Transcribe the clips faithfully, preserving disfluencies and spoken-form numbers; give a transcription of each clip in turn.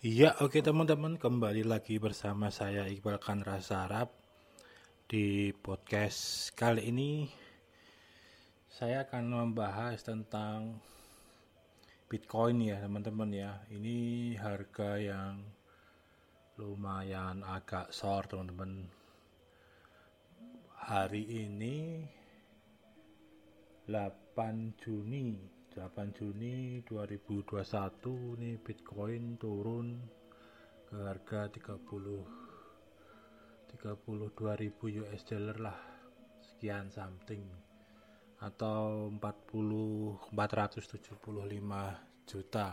Iya, oke teman-teman, kembali lagi bersama saya Iqbal Kanra Sarap di podcast kali ini. Saya akan membahas tentang Bitcoin ya teman-teman ya. Ini harga yang lumayan agak short teman-teman. Hari ini delapan Juni delapan Juni dua ribu dua puluh satu nih Bitcoin turun ke harga tiga puluh tiga puluh dua ribu U S dollar lah, sekian something, atau empat puluh empat ratus tujuh puluh lima juta.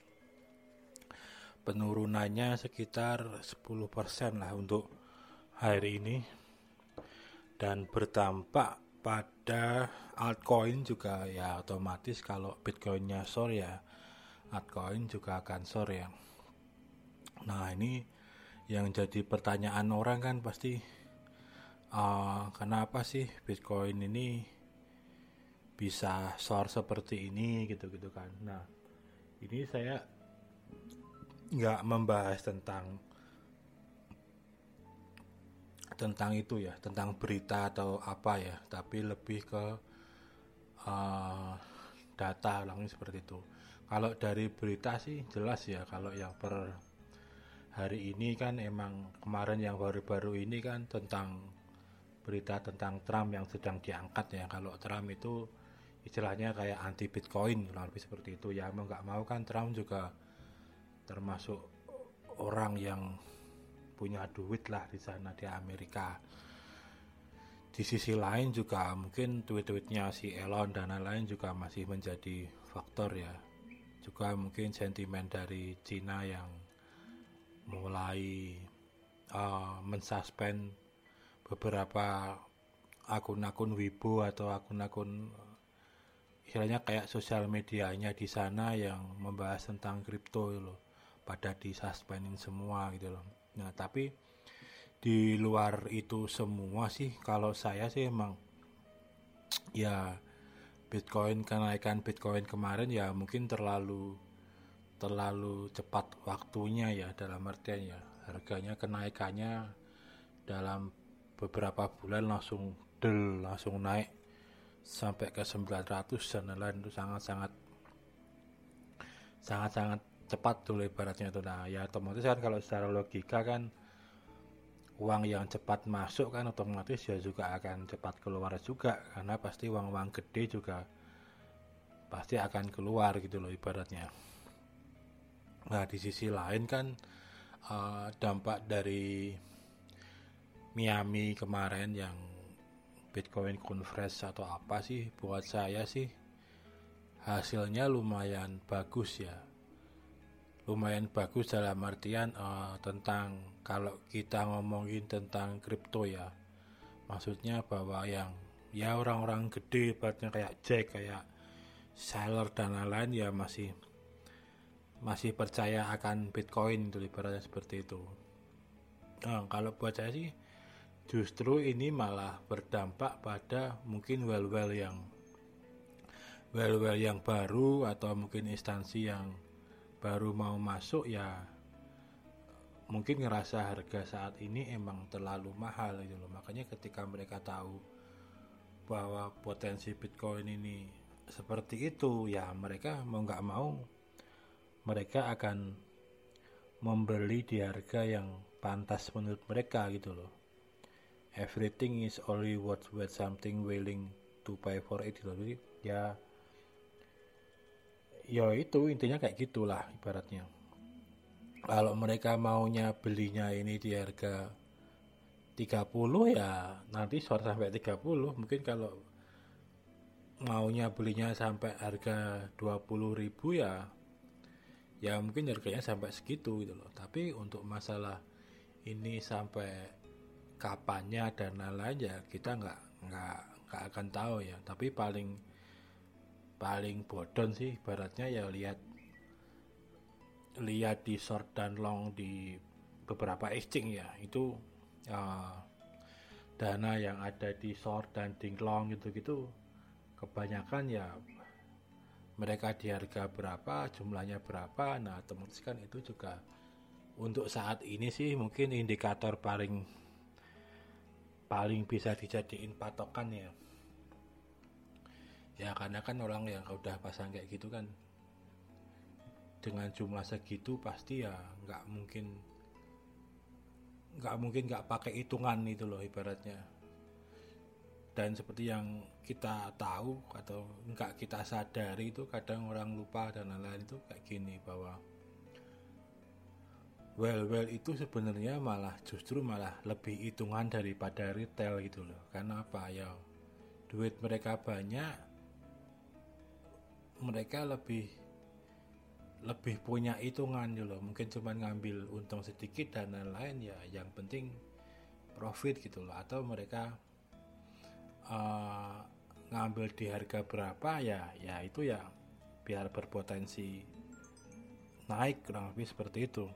Penurunannya sekitar sepuluh persen lah untuk hari ini, dan berdampak pada altcoin juga ya. Otomatis kalau Bitcoinnya short ya altcoin juga akan short ya. Nah ini yang jadi pertanyaan orang kan pasti, uh, kenapa sih Bitcoin ini bisa short seperti ini gitu-gitu kan. Nah ini saya nggak membahas tentang tentang itu ya, tentang berita atau apa ya, tapi lebih ke uh, data langsung seperti itu. Kalau dari berita sih jelas ya, kalau yang per hari ini kan emang kemarin yang baru-baru ini kan tentang berita tentang Trump yang sedang diangkat ya. Kalau Trump itu istilahnya kayak anti Bitcoin, lebih seperti itu ya. Mau nggak mau kan Trump juga termasuk orang yang punya duit lah di sana di Amerika. Di sisi lain juga mungkin tweet-tweetnya si Elon dan lain-lain juga masih menjadi faktor ya. Juga mungkin sentimen dari Cina yang mulai uh, mensuspend beberapa akun-akun Weibo atau akun-akun istilahnya kayak sosial medianya di sana yang membahas tentang kripto loh, pada disuspendin semua gitu loh. Nah tapi di luar itu semua sih, kalau saya sih emang ya Bitcoin, kenaikan Bitcoin kemarin ya mungkin terlalu terlalu cepat waktunya ya, dalam artian ya harganya kenaikannya dalam beberapa bulan langsung del langsung naik sampai ke sembilan ratus dan lain-lain. Itu sangat-sangat sangat-sangat cepat tuh ibaratnya tuh. Nah ya otomatis kan kalau secara logika kan uang yang cepat masuk kan otomatis ya juga akan cepat keluar juga, karena pasti uang-uang gede juga pasti akan keluar gitu loh ibaratnya. Nah di sisi lain kan uh, dampak dari Miami kemarin yang Bitcoin Conference atau apa sih, buat saya sih hasilnya lumayan bagus ya. Lumayan bagus dalam artian uh, tentang kalau kita ngomongin tentang kripto ya, maksudnya bahwa yang ya orang-orang gede ibaratnya kayak Jack, kayak Saylor dan lain-lain ya masih masih percaya akan Bitcoin itu ibaratnya seperti itu. Nah, kalau buat saya sih justru ini malah berdampak pada mungkin well-well yang well-well yang baru atau mungkin instansi yang baru mau masuk ya, mungkin ngerasa harga saat ini emang terlalu mahal gitu loh. Makanya ketika mereka tahu bahwa potensi Bitcoin ini seperti itu ya, mereka mau nggak mau mereka akan membeli di harga yang pantas menurut mereka gitu loh. Everything is only worth with something willing to pay for it gitu. Jadi ya ya itu intinya kayak gitulah ibaratnya. Kalau mereka maunya belinya ini di harga tiga puluh ya nanti short sampai tiga puluh. Mungkin kalau maunya belinya sampai harga dua puluh ribu ya ya mungkin harganya sampai segitu gitu loh. Tapi untuk masalah ini sampai kapannya dan lain-lain ya kita nggak nggak nggak akan tahu ya. Tapi paling paling bodon sih ibaratnya ya lihat lihat di short dan long di beberapa exchange ya, itu uh, dana yang ada di short dan di long gitu-gitu kebanyakan ya mereka di harga berapa, jumlahnya berapa. Nah otomatis kan itu juga untuk saat ini sih mungkin indikator paling paling bisa dijadiin patokan ya. Ya karena kan orang yang udah pasang kayak gitu kan dengan jumlah segitu pasti ya nggak mungkin nggak mungkin nggak pakai hitungan itu loh ibaratnya. Dan seperti yang kita tahu atau nggak kita sadari itu kadang orang lupa dan lain-lain itu kayak gini bahwa well-well itu sebenarnya malah justru malah lebih hitungan daripada retail gitu loh. Karena apa ya, duit mereka banyak, mereka lebih lebih punya hitungan gitu loh. Mungkin cuma ngambil untung sedikit dan lain-lain ya, yang penting profit gitu loh. Atau mereka uh, ngambil di harga berapa ya, ya itu ya biar berpotensi naik, kurang lebih seperti itu.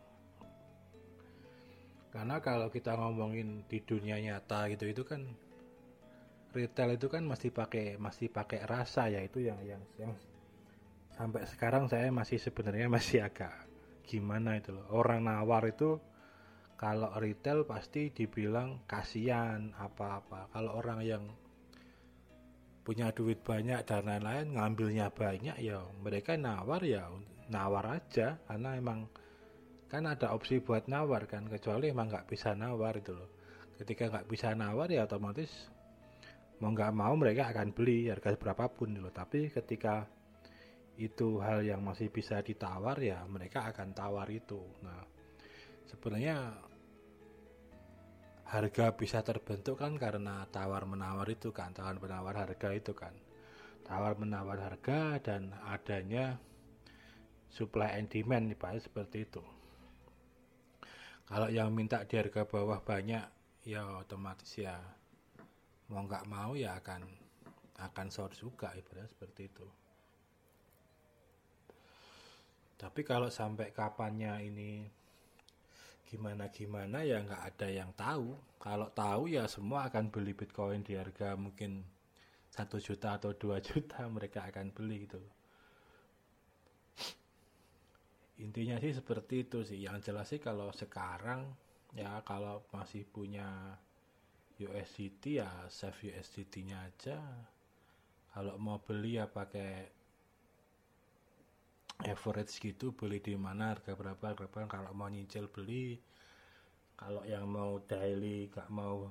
Karena kalau kita ngomongin di dunia nyata gitu itu kan retail itu kan masih pakai masih pakai rasa ya, itu yang yang yang sampai sekarang saya masih sebenarnya masih agak gimana itu loh. Orang nawar itu kalau retail pasti dibilang kasihan apa-apa. Kalau orang yang punya duit banyak dan lain-lain ngambilnya banyak ya mereka nawar ya nawar aja, karena emang kan ada opsi buat nawar kan, kecuali emang nggak bisa nawar itu loh. Ketika nggak bisa nawar ya otomatis mau nggak mau mereka akan beli harga berapapun loh. Tapi ketika itu hal yang masih bisa ditawar ya mereka akan tawar itu. Nah sebenarnya harga bisa terbentuk kan karena tawar menawar itu kan, tawar menawar harga itu kan, tawar menawar harga dan adanya supply and demand nih seperti itu. Kalau yang minta di harga bawah banyak ya otomatis ya mau nggak mau ya akan akan short juga ibaratnya seperti itu. Tapi kalau sampai kapannya ini gimana-gimana ya nggak ada yang tahu. Kalau tahu ya semua akan beli Bitcoin di harga mungkin satu juta atau dua juta mereka akan beli gitu. Intinya sih seperti itu sih. Yang jelas sih kalau sekarang ya kalau masih punya U S D T ya save U S D T-nya aja. Kalau mau beli ya pakai average gitu, beli di mana harga berapa berapa. Kalau mau nyicil beli, kalau yang mau daily gak mau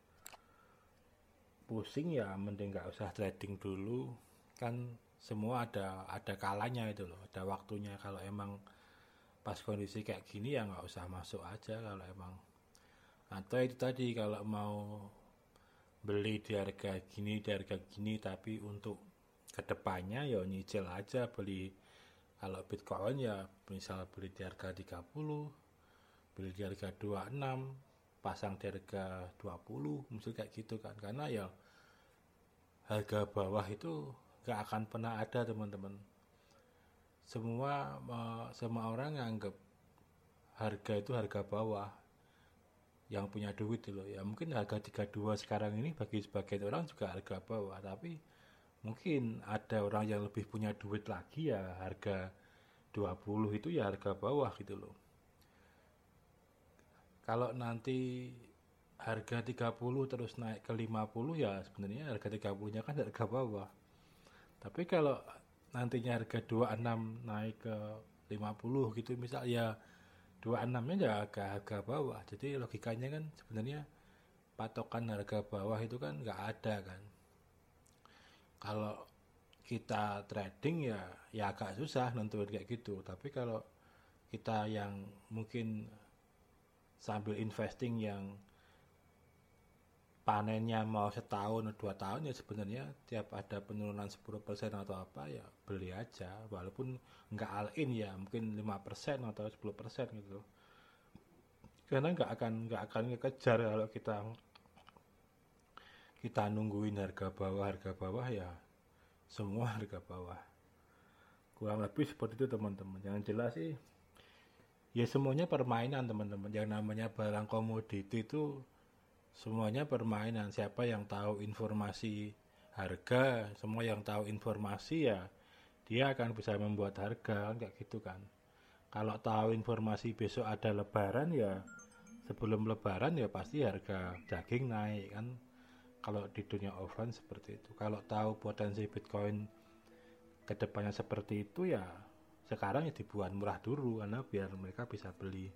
pusing ya mending gak usah trading dulu. Kan semua ada ada kalanya itu loh, ada waktunya. Kalau emang pas kondisi kayak gini ya nggak usah masuk aja kalau emang. Atau itu tadi kalau mau beli di harga gini di harga gini tapi untuk kedepannya ya nyicil aja beli. Kalau Bitcoin ya misal beli di harga tiga puluh, beli di harga dua puluh enam, pasang di harga dua puluh, mesti kayak gitu kan. Karena ya harga bawah itu nggak akan pernah ada teman-teman. Semua semua orang nganggap harga itu harga bawah yang punya duit loh ya. Mungkin harga tiga puluh dua sekarang ini bagi sebagian orang juga harga bawah, tapi mungkin ada orang yang lebih punya duit lagi ya harga dua puluh itu ya harga bawah gitu loh. Kalau nanti harga tiga puluh terus naik ke lima puluh ya sebenarnya harga tiga puluh-nya kan harga bawah. Tapi kalau nantinya harga dua puluh enam naik ke lima puluh gitu misal ya dua puluh enam-nya ya harga, harga bawah. Jadi logikanya kan sebenarnya patokan harga bawah itu kan nggak ada kan. Kalau kita trading ya ya agak susah nentuin kayak gitu. Tapi kalau kita yang mungkin sambil investing yang panennya mau setahun atau dua tahun ya sebenarnya tiap ada penurunan sepuluh persen atau apa ya beli aja, walaupun nggak all in ya mungkin lima persen atau sepuluh persen gitu, karena nggak akan nggak akan ngekejar. Kalau kita kita nungguin harga bawah harga bawah ya semua harga bawah, kurang lebih seperti itu teman-teman. Yang jelas sih ya semuanya permainan teman-teman. Yang namanya barang komoditi itu semuanya permainan. Siapa yang tahu informasi harga, semua yang tahu informasi ya dia akan bisa membuat harga kan kayak gitu kan. Kalau tahu informasi besok ada lebaran ya sebelum lebaran ya pasti harga daging naik kan. Kalau di dunia offline seperti itu. Kalau tahu potensi Bitcoin kedepannya seperti itu ya sekarang ya dibuat murah dulu karena biar mereka bisa beli.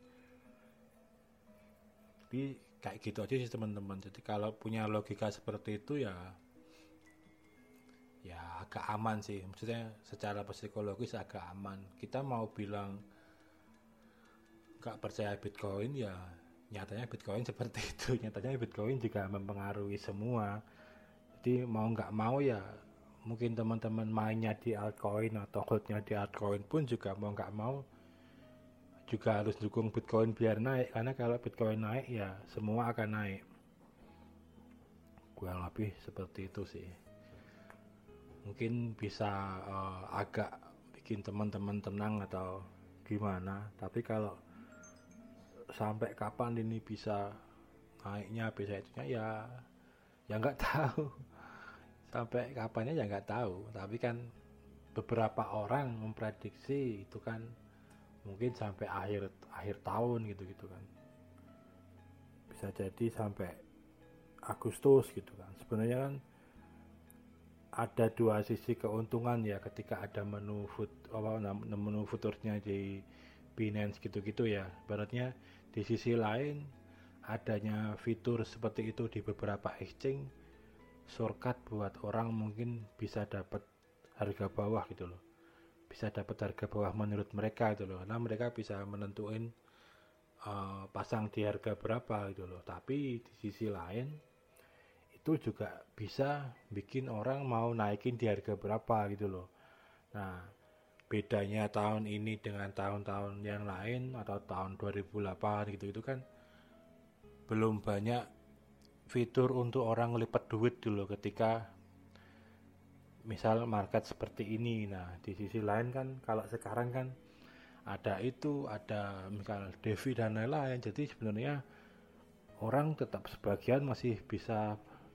Jadi kayak gitu aja sih teman-teman. Jadi kalau punya logika seperti itu ya ya agak aman sih. Maksudnya secara psikologis agak aman. Kita mau bilang gak percaya Bitcoin ya nyatanya Bitcoin seperti itu. Nyatanya Bitcoin juga mempengaruhi semua. Jadi mau nggak mau ya mungkin teman-teman mainnya di altcoin atau holdnya di altcoin pun juga mau nggak mau juga harus dukung Bitcoin biar naik, karena kalau Bitcoin naik ya semua akan naik. Kurang lebih seperti itu sih. Mungkin bisa uh, agak bikin teman-teman tenang atau gimana, tapi kalau sampai kapan ini bisa naiknya bisa itunya ya ya nggak tahu. Sampai kapannya ya nggak tahu, tapi kan beberapa orang memprediksi itu kan mungkin sampai akhir akhir tahun gitu-gitu kan, bisa jadi sampai Agustus gitu kan. Sebenarnya kan ada dua sisi keuntungan ya ketika ada menu food apa menu futurnya di Binance gitu-gitu ya. Ibaratnya di sisi lain adanya fitur seperti itu di beberapa exchange shortcut buat orang mungkin bisa dapat harga bawah gitu loh, bisa dapat harga bawah menurut mereka gitu loh, karena mereka bisa menentuin uh, pasang di harga berapa gitu loh. Tapi di sisi lain itu juga bisa bikin orang mau naikin di harga berapa gitu loh. Nah bedanya tahun ini dengan tahun-tahun yang lain atau tahun dua ribu delapan gitu itu kan belum banyak fitur untuk orang lipat duit dulu ketika misal market seperti ini. Nah di sisi lain kan kalau sekarang kan ada itu, ada misal Devi dan lain-lain, jadi sebenarnya orang tetap sebagian masih bisa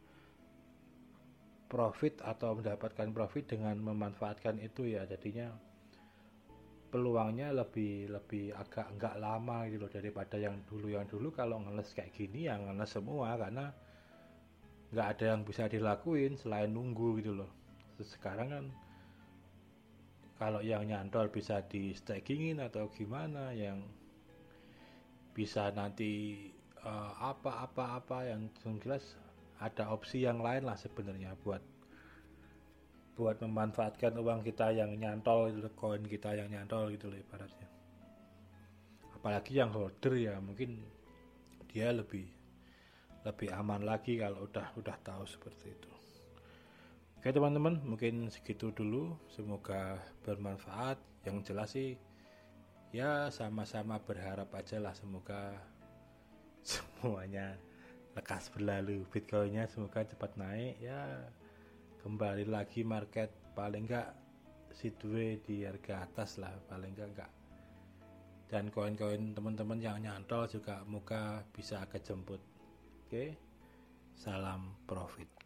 profit atau mendapatkan profit dengan memanfaatkan itu ya. Jadinya peluangnya lebih lebih agak enggak lama gitu loh daripada yang dulu. Yang dulu kalau ngeles kayak gini yang ngeles semua karena nggak ada yang bisa dilakuin selain nunggu gitu loh. Terus sekarang kan kalau yang nyantol bisa di stakingin atau gimana, yang bisa nanti uh, apa-apa-apa yang jelas ada opsi yang lain lah sebenarnya buat buat memanfaatkan uang kita yang nyantol gitu, koin kita yang nyantol gitu loh ibaratnya. Apalagi yang holder ya mungkin dia lebih lebih aman lagi kalau udah udah tahu seperti itu. Oke teman-teman, mungkin segitu dulu, semoga bermanfaat. Yang jelas sih ya sama-sama berharap aja lah semoga semuanya lekas berlalu, Bitcoinnya semoga cepat naik ya, kembali lagi market paling enggak sideways di harga atas lah paling enggak enggak. Dan koin-koin teman-teman yang nyantol juga moga bisa kejemput. Oke, salam profit.